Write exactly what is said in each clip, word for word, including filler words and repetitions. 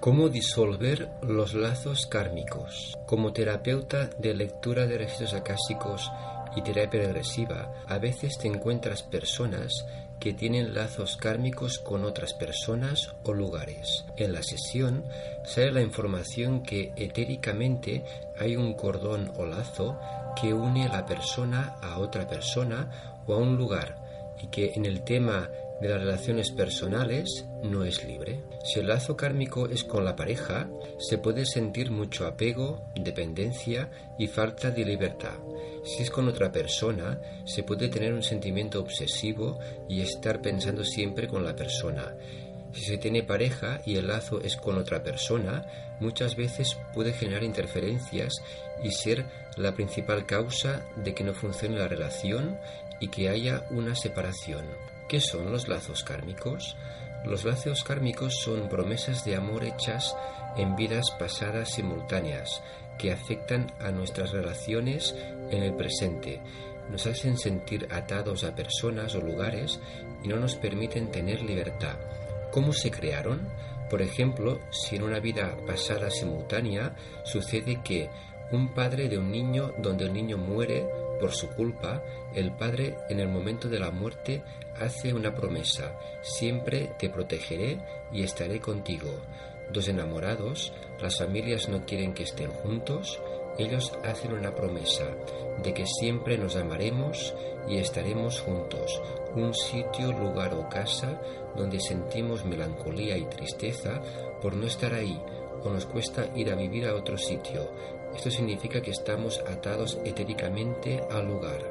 ¿Cómo disolver los lazos kármicos? Como terapeuta de lectura de registros acásicos y terapia regresiva, a veces te encuentras personas que tienen lazos kármicos con otras personas o lugares. En la sesión sale la información que etéricamente hay un cordón o lazo que une a la persona a otra persona o a un lugar, y que en el tema de las relaciones personales no es libre. Si el lazo kármico es con la pareja, se puede sentir mucho apego, dependencia y falta de libertad. Si es con otra persona, se puede tener un sentimiento obsesivo y estar pensando siempre con la persona. Si se tiene pareja y el lazo es con otra persona, muchas veces puede generar interferencias y ser la principal causa de que no funcione la relación y que haya una separación. ¿Qué son los lazos kármicos? Los lazos kármicos son promesas de amor hechas en vidas pasadas simultáneas que afectan a nuestras relaciones en el presente, nos hacen sentir atados a personas o lugares y no nos permiten tener libertad. ¿Cómo se crearon? Por ejemplo, si en una vida pasada simultánea sucede que un padre de un niño donde el niño muere por su culpa, el padre en el momento de la muerte hace una promesa: siempre te protegeré y estaré contigo. Dos enamorados, las familias no quieren que estén juntos, ellos hacen una promesa de que siempre nos amaremos y estaremos juntos. Un sitio, lugar o casa donde sentimos melancolía y tristeza por no estar ahí, o nos cuesta ir a vivir a otro sitio. Esto significa que estamos atados etéricamente al lugar.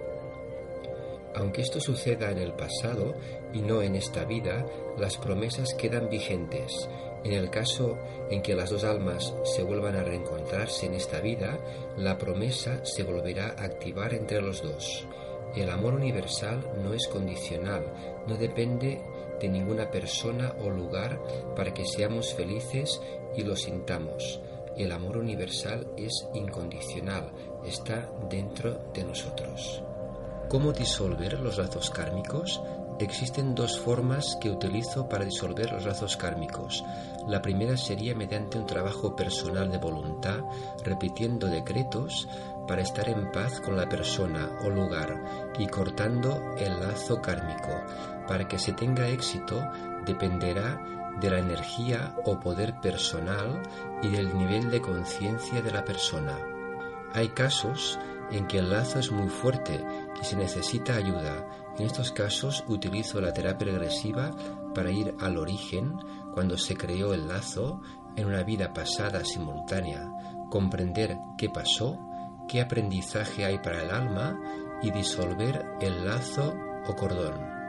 Aunque esto suceda en el pasado y no en esta vida, las promesas quedan vigentes. En el caso en que las dos almas se vuelvan a reencontrarse en esta vida, la promesa se volverá a activar entre los dos. El amor universal no es condicional, no depende de ninguna persona o lugar para que seamos felices y lo sintamos. El amor universal es incondicional, está dentro de nosotros. ¿Cómo disolver los lazos kármicos? Existen dos formas que utilizo para disolver los lazos kármicos. La primera sería mediante un trabajo personal de voluntad, repitiendo decretos para estar en paz con la persona o lugar y cortando el lazo kármico. Para que se tenga éxito dependerá de la energía o poder personal y del nivel de conciencia de la persona. Hay casos en que el lazo es muy fuerte y se necesita ayuda. En estos casos utilizo la terapia regresiva para ir al origen, cuando se creó el lazo, en una vida pasada simultánea, comprender qué pasó, qué aprendizaje hay para el alma y disolver el lazo o cordón.